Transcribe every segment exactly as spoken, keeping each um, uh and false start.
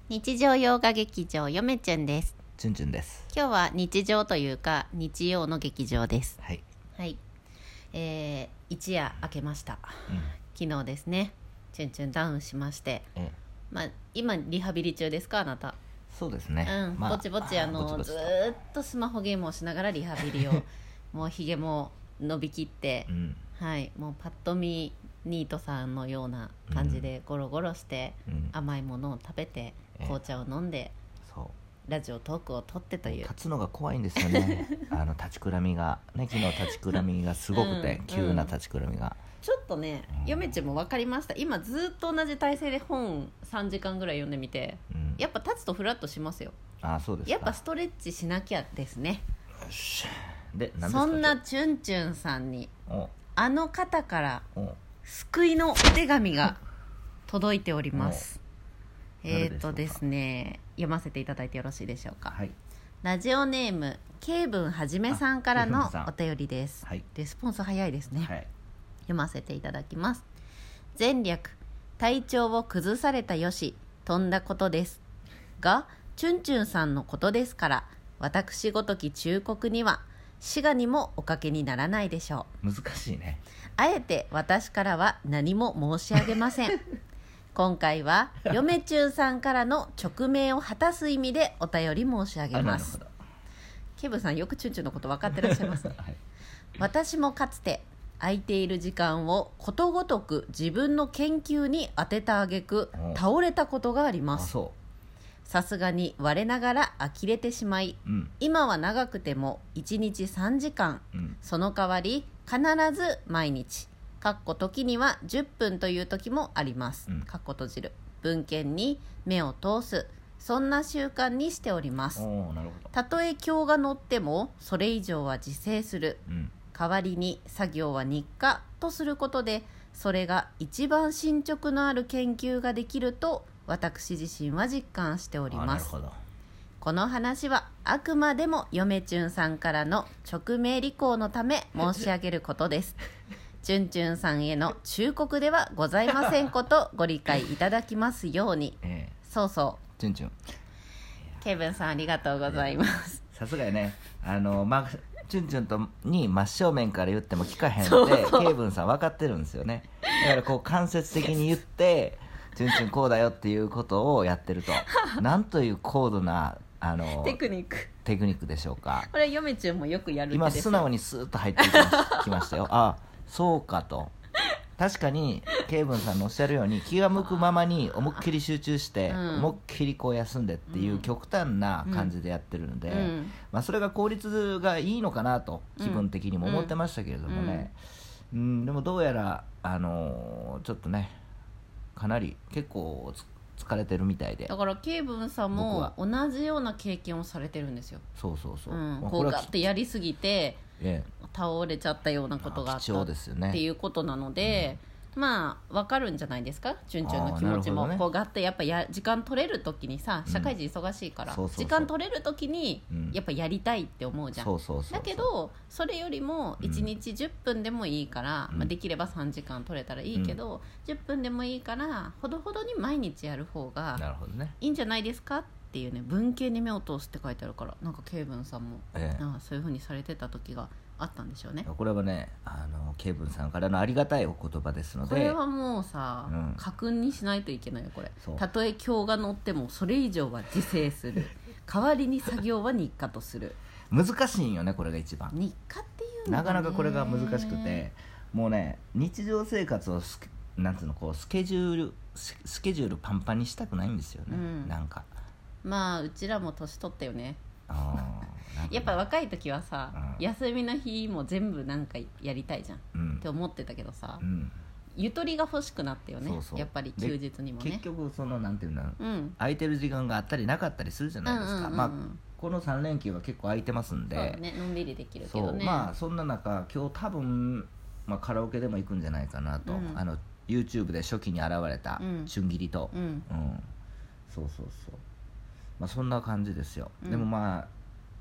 日常洋画劇場よめちゅんです。 ちゅんちゅんです。 今日は日常というか日曜の劇場です。 はい、 はい、えー、一夜明けました、うん、昨日ですね。ちゅんちゅんダウンしまして、ええ、まあ、今リハビリ中ですか、あなた？ そうですね、 うん、まあ、ぼちぼちあのぼちぼちずーっとスマホゲームをしながらリハビリをもうひげも伸びきって、うん、はい、もうパッと見ニートさんのような感じでゴロゴロして、うん、甘いものを食べて紅茶を飲んで、そうラジオトークを撮ってという。 立つのが怖いんですよねあの立ちくらみがね、昨日立ちくらみがすごくて、うん、急な立ちくらみが、 ちょっとね、うん、嫁ちゃんも分かりました。今ずっと同じ体勢で本さんじかんぐらい読んでみて、うん、やっぱ立つとフラッとしますよ。 あ、そうですか。 やっぱストレッチしなきゃですね。 よし。で、何ですか？ そんなチュンチュンさんにあの方から救いのお手紙が届いております。えーとですね、読ませていただいてよろしいでしょうか。はい、ラジオネームケイブンはじめさんからのお便りです。はい、レスポンス早いですね。はい、読ませていただきます。前略、体調を崩されたよし飛んだことですが、チュンチュンさんのことですから、私ごとき忠告には滋賀にもおかけにならないでしょう。難しいね。 あえて私からは何も申し上げません今回は嫁中さんからの直命を果たす意味でお便り申し上げます。ケブさんよくチュンチュンのこと分かってらっしゃいますね、はい、私もかつて空いている時間をことごとく自分の研究に当てた挙句倒れたことがあります。さすがに我ながら呆れてしまい、うん、今は長くてもいちにちさんじかん、うん、その代わり必ず毎日かっこ時にはじゅっぷんという時もあります、うん、かっこ閉じる文献に目を通す、そんな習慣にしております。たとえ今日が乗ってもそれ以上は自制する、うん、代わりに作業は日課とすることで、それが一番進捗のある研究ができると私自身は実感しております。この話はあくまでも嫁チュンさんからの直命履行のため申し上げることですチュンチュンさんへの忠告ではございませんことご理解いただきますように、ええ、そうそうチュンチュンケブンさんありがとうございます。 さすがやね、あの、ま、チュンチュンとに真正面から言っても聞かへんってケイブンさん分かってるんですよね。だからこう間接的に言ってチュンチュンこうだよっていうことをやってるとなんという高度なあのテクニックテクニックでしょうか。 これ嫁チュンもよくやる。 今素直にスーッと入ってきまし、きましたよ。あ、そうかと。確かにケイブンさんのおっしゃるように気が向くままに思いっきり集中して、うん、思いっきりこう休んでっていう極端な感じでやってるので、うん、まあ、それが効率がいいのかなと気分的にも思ってましたけれどもね、うんうん、でもどうやらあのー、ちょっとねかなり結構疲れてるみたいで、 だからケイブンさんも同じような経験をされてるんですよ。 そうそうそう、 うん、こうガッてやりすぎてええ、倒れちゃったようなことがあったっていうことなので、うん、まあ分かるんじゃないですか、チュンチュンの気持ちも、ね、こうガッてやっぱや時間取れる時にさ、社会人忙しいから、うん、そうそうそう、時間取れる時にやっぱやりたいって思うじゃん、うん、そうそうそうそう。だけどそれよりもいちにちじゅっぷんでもいいから、うん、まあ、できればさんじかん取れたらいいけど、うん、じゅっぷんでもいいからほどほどに毎日やる方がいいんじゃないですかっていうね、文系に目を通すって書いてあるから、なんかケイブンさんも、ええ、なんかそういう風にされてた時があったんでしょうね。 これはね、あのケイブンさんからのありがたいお言葉ですので、 これはもうさ、うん、確認しないといけないよこれ。たとえ今日が乗ってもそれ以上は自制する代わりに作業は日課とする難しいんよね、これが一番。 日課っていうのが、ね、なかなかこれが難しくて、もうね日常生活をスなんつうのこうスケジュールスケジュールパンパンにしたくないんですよね、うん、なんかまあうちらも年取ったよね。あやっぱ若い時はさ、うん、休みの日も全部なんかやりたいじゃん、うん、って思ってたけどさ、うん、ゆとりが欲しくなったよね。そうそう、やっぱり休日にもね。 結局そのなんていうんだろう、うん、空いてる時間があったりなかったりするじゃないですか、うんうんうんうん、まあ、このさん連休は結構空いてますんで、 そうね、のんびりできるけどね。 まあそんな中今日多分、まあ、カラオケでも行くんじゃないかなと、うん、あの YouTube で初期に現れたチュンギリと、うんうん、そうそうそう、まあ、そんな感じですよ、うん、でもまあ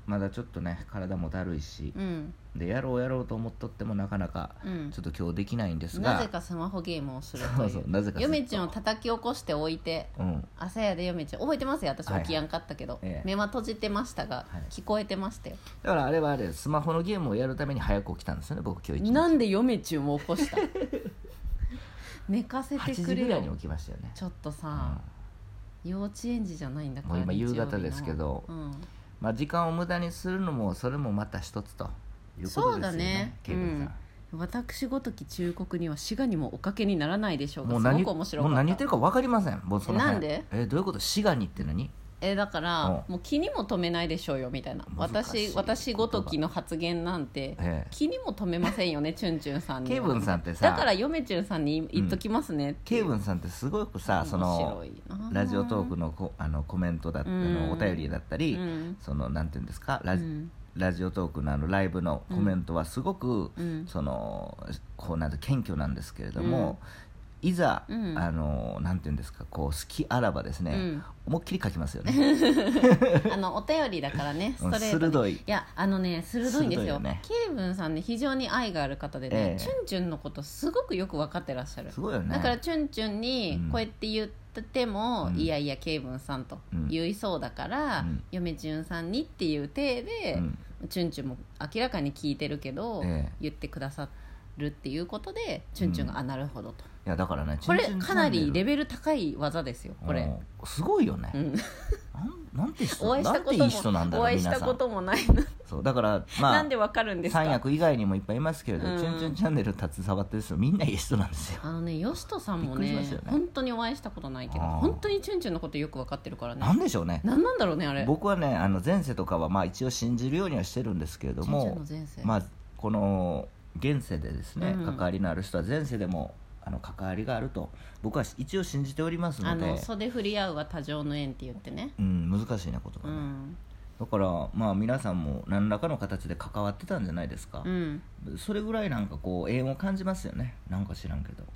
まだちょっとね体もだるいし、 うんでやろうやろうと思っとってもなかなかうんちょっと今日できないんですが、 なぜかスマホゲームをするという。 そうそうなぜかずっと嫁ちゃんを叩き起こしておいて、 うん朝やで嫁ちゃん覚えてますよ、私はいはい起きやんかったけど、 ええ目は閉じてましたが、 はい聞こえてましたよ。 だからあれはあれスマホのゲームをやるために早く起きたんですよね僕今日一日。 なんで嫁ちゃんを起こした寝かせ 8 てくれよ時ぐらいに起きましたよね。 ちょっとさ、幼稚園児じゃないんだから。 もう今日曜日の夕方ですけどうんまあ、時間を無駄にするのもそれもまた一つということですよね。 そうだねケイブンさん、 うん私ごとき忠告には滋賀にもおかけにならないでしょうか。すもう何ごく面白かった。 もう何言ってるか分かりません。もうその辺なんでえどういうこと滋賀にって何。 えーだから、 うんもう気にも留めないでしょうよみたいな。 難しい私私ごときの発言なんて、 ええ気にも留めませんよねチュンチュンさんには。 ケイブンさんってさだから嫁チュンさんに言っときますねっていう。 ケイブンさんってすごくさそ面の白いなラジオトークのこあのコメントだったうんのお便りだったり、 うんそのなんていうんですかラジ,、 うんラジオトークのあのライブのコメントはすごく、 うんそのこうなんて謙虚なんですけれども、いざ、 うんあのなんていうんですかこう好きあらばですね、 うん思いっきり書きますよね。 あのお便りだからねストレートに鋭いいやあのね鋭いんですよ鋭いよねケイブンさんね非常に愛がある方でね、 ええチュンチュンのことすごくよく分かってらっしゃる。 すごいよね。 だからチュンチュンにうんこうやって言ってても、 うんいやいやケイブンさんと言いそうだから、 うん嫁チュンさんにっていう体で、 うんチュンチュンも明らかに聞いてるけど、 ええ言ってくださるっていうことでチュンチュンが、あなるほどと。 いやだからねこれチュンチュンチャかなンネルりレベル高い技ですよこれ。 うんすごいよね。 うんなんなんて人お会いしたなんていいことも人なんだろうお会いし皆さん。 たこともないのそうだからまあなんでわかるんですか。 三役以外にもいっぱいいますけれど、 うんチュンチュンチャンネル携わってる人みんないい人なんですよ。 あのねヨシトさんもねびっくりしましたよね本当にお会いしたことないけどあー本当にチュンチュンのことよく分かってるからね。 なんでしょうね。 なんなんだろうねあれ。 僕はねあの前世とかはまあ一応信じるようにはしてるんですけれどチュンチュンもの前世、 まあこの現世でですね、 うん関わりのある人は前世でもあの関わりがあると僕は一応信じておりますあのでの袖振り合うは多情の縁って言ってね。 うん、難しいなことがね、 うんだからまあ皆さんも何らかの形で関わってたんじゃないですか、 うんそれぐらいなんかこう縁を感じますよね。なんか知らんけど。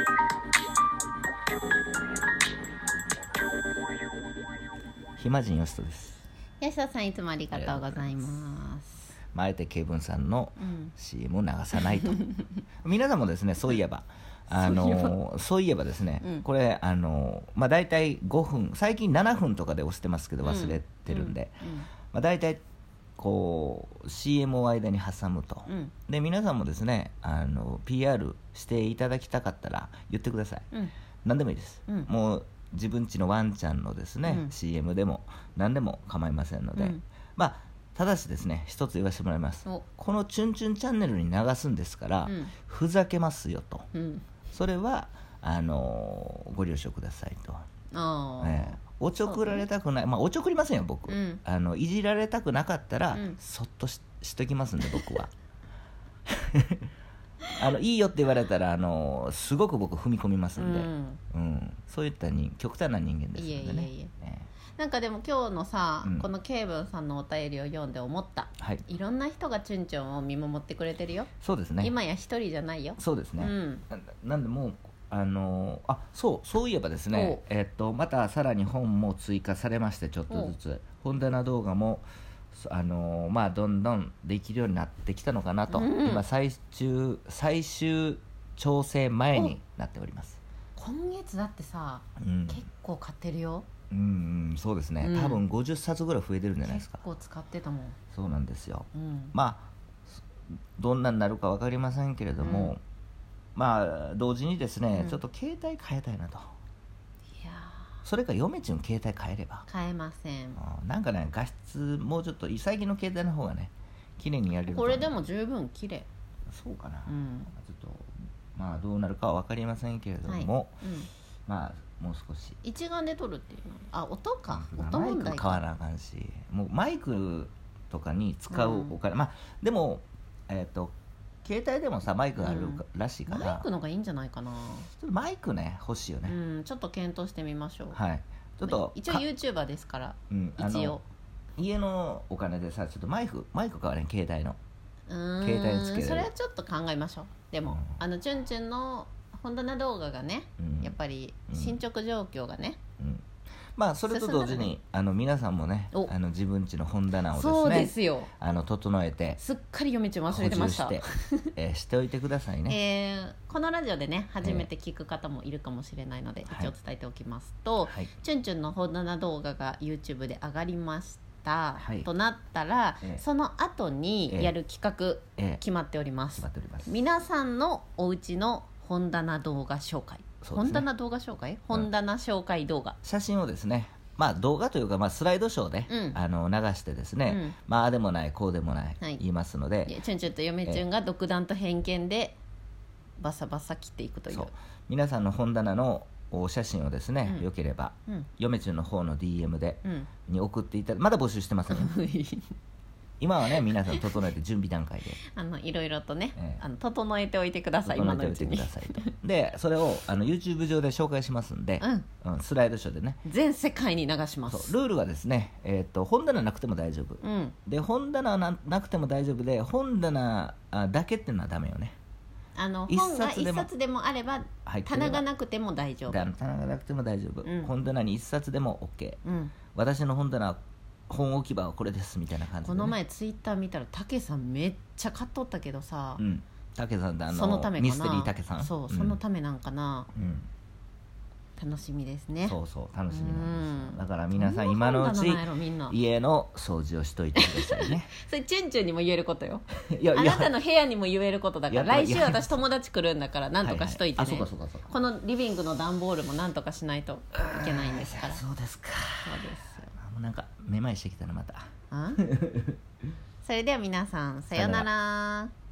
暇人よしとです。 吉田さんいつもありがとうございます。 まあ、あえてケイブンさんのうんシーエム を流さないと皆さんもですねそういえばあのそういえばですね、 うんこれあのまあ大体ごふん最近ななふんとかで押してますけど忘れてるんで、 うんまあ、大体こう シーエム を間に挟むと、 うんで皆さんもですねあの ピーアール していただきたかったら言ってください。 うん何でもいいです、 うんもう自分家のワンちゃんのですね、 うんシーエム でも何でも構いませんので、 うんまあただしですね一つ言わせてもらいます。 おこのチュンチュンチャンネルに流すんですから、 うんふざけますよと、 うんそれはあのーご了承くださいと、 あーええおちょくられたくない、まあおちょくりませんよ僕、 うんあのいじられたくなかったら、 うんそっと し, しときますんで僕はあのいいよって言われたらあのすごく僕踏み込みますんで、 うんうんそういったに極端な人間ですのでね。 いえいえいええなんかでも今日のさ、 うんこのケイブンさんのお便りを読んで思った。 えはいいろんな人がチュンチュンを見守ってくれてるよ。 そうですね。 今や一人じゃないよ。 そうですね、 うんななんでもうあのあそうそういえばですね、えっとまたさらに本も追加されましてちょっとずつ本棚動画もそあのまあどんどんできるようになってきたのかなと、 うん今最終最終調整前になっております。 今月だってさ、 うん結構買ってるよ。 うんうんそうですね、 うん多分ごじゅっさつぐらい増えてるんじゃないですか。 結構使ってたもん。 そうなんですよ。 うんまあどんなになるか分かりませんけれども、 うんまあ同時にですね、 うんちょっと携帯変えたいなと。 いやそれか嫁ちゅん携帯変えれば、 ー買えません。 あーなんかね画質もうちょっと最近の携帯の方がね綺麗にやれると思う。 これでも十分綺麗。 そうかな、 うんちょっとまあどうなるかは分かりませんけれども、 はいうんまあもう少し一眼で撮るっていうのあ音かマ音問題イク買わか。 なあかんし、もうマイクとかに使うお金、まあでもえっ、と携帯でもさマイクがあるらしいから、 マイクのがいいんじゃないかな。 ちょっとマイクね欲しいよね、 うんちょっと検討してみましょう。 はいちょっと一応か YouTuber ですから。 うん、あの一応家のお金でさちょっとマイクマイク買われん携帯のうーん携帯につけるそれはちょっと考えましょう。でも、 うんあのチュンチュンの本棚動画がね、 うんやっぱりうん進捗状況がね、 うんまあそれと同時進んだらにあの皆さんもねおあの自分家の本棚をですねそうですよ、 あの整えてすっかり嫁ちゃん忘れてました補充して、えーしておいてくださいね。 えーこのラジオでね初めて聞く方もいるかもしれないので、 はい一応伝えておきますと、 はいチュンチュンの本棚動画が YouTube で上がりました、 はいとなったら、 ええその後にやる企画、 ええ決まっております決まっております。 皆さんのお家の本棚動画紹介、 そうですね本棚動画紹介本棚紹介動画、 写真をですねまあ動画というか、まあ、スライドショーで、 うんあの流してですね、 うんまあああでもないこうでもない、 はい言いますので、 でチュンチュンと嫁チュンが独断と偏見でバサバサ切っていくというそう皆さんの本棚のお写真をですね、 うんよければうん嫁ちゅんの方の ディーエム で、 うんに送っていただまだ募集してませんよ今はね皆さん整えて準備段階であのいろいろとね、 ええあの整えておいてください、 整えておいて今のうちにくださいとでそれをあの YouTube 上で紹介しますんで、うんスライドショーでね全世界に流しまそうす。 ルールはですね、えー、と本棚なくても大丈夫、 うん、 で本棚ななくても大丈夫で本棚あだけっていうのはダメよね。 あの一本が一冊でも冊でもあれば入ってれば棚がなくても大丈夫。 だ棚がなくても大丈夫、 うん本棚に一冊でも OK、 うん、 私の本棚は本置き場はこれですみたいな感じで、ね、 この前ツイッター見たらたけさんめっちゃ買っとったけどさ、 うん武さんってあのそのためかなミステリー武さんそう、 んそのためなんかな、 うん楽しみですね。 そうそう楽しみなんですようんだから皆さん今のうちどんな本棚なんやろみんな家の掃除をしといてくださいねそれチュンチュンにも言えることよいやいやあなたの部屋にも言えることだからいや来週私友達来るんだから何とかしといてね、 はいはいあそうかそうかそうかこのリビングの段ボールも何とかしないといけないんですから。 そうですかそうですよ。 もうなんかめまいしてきたなまたあそれでは皆さんさようなら。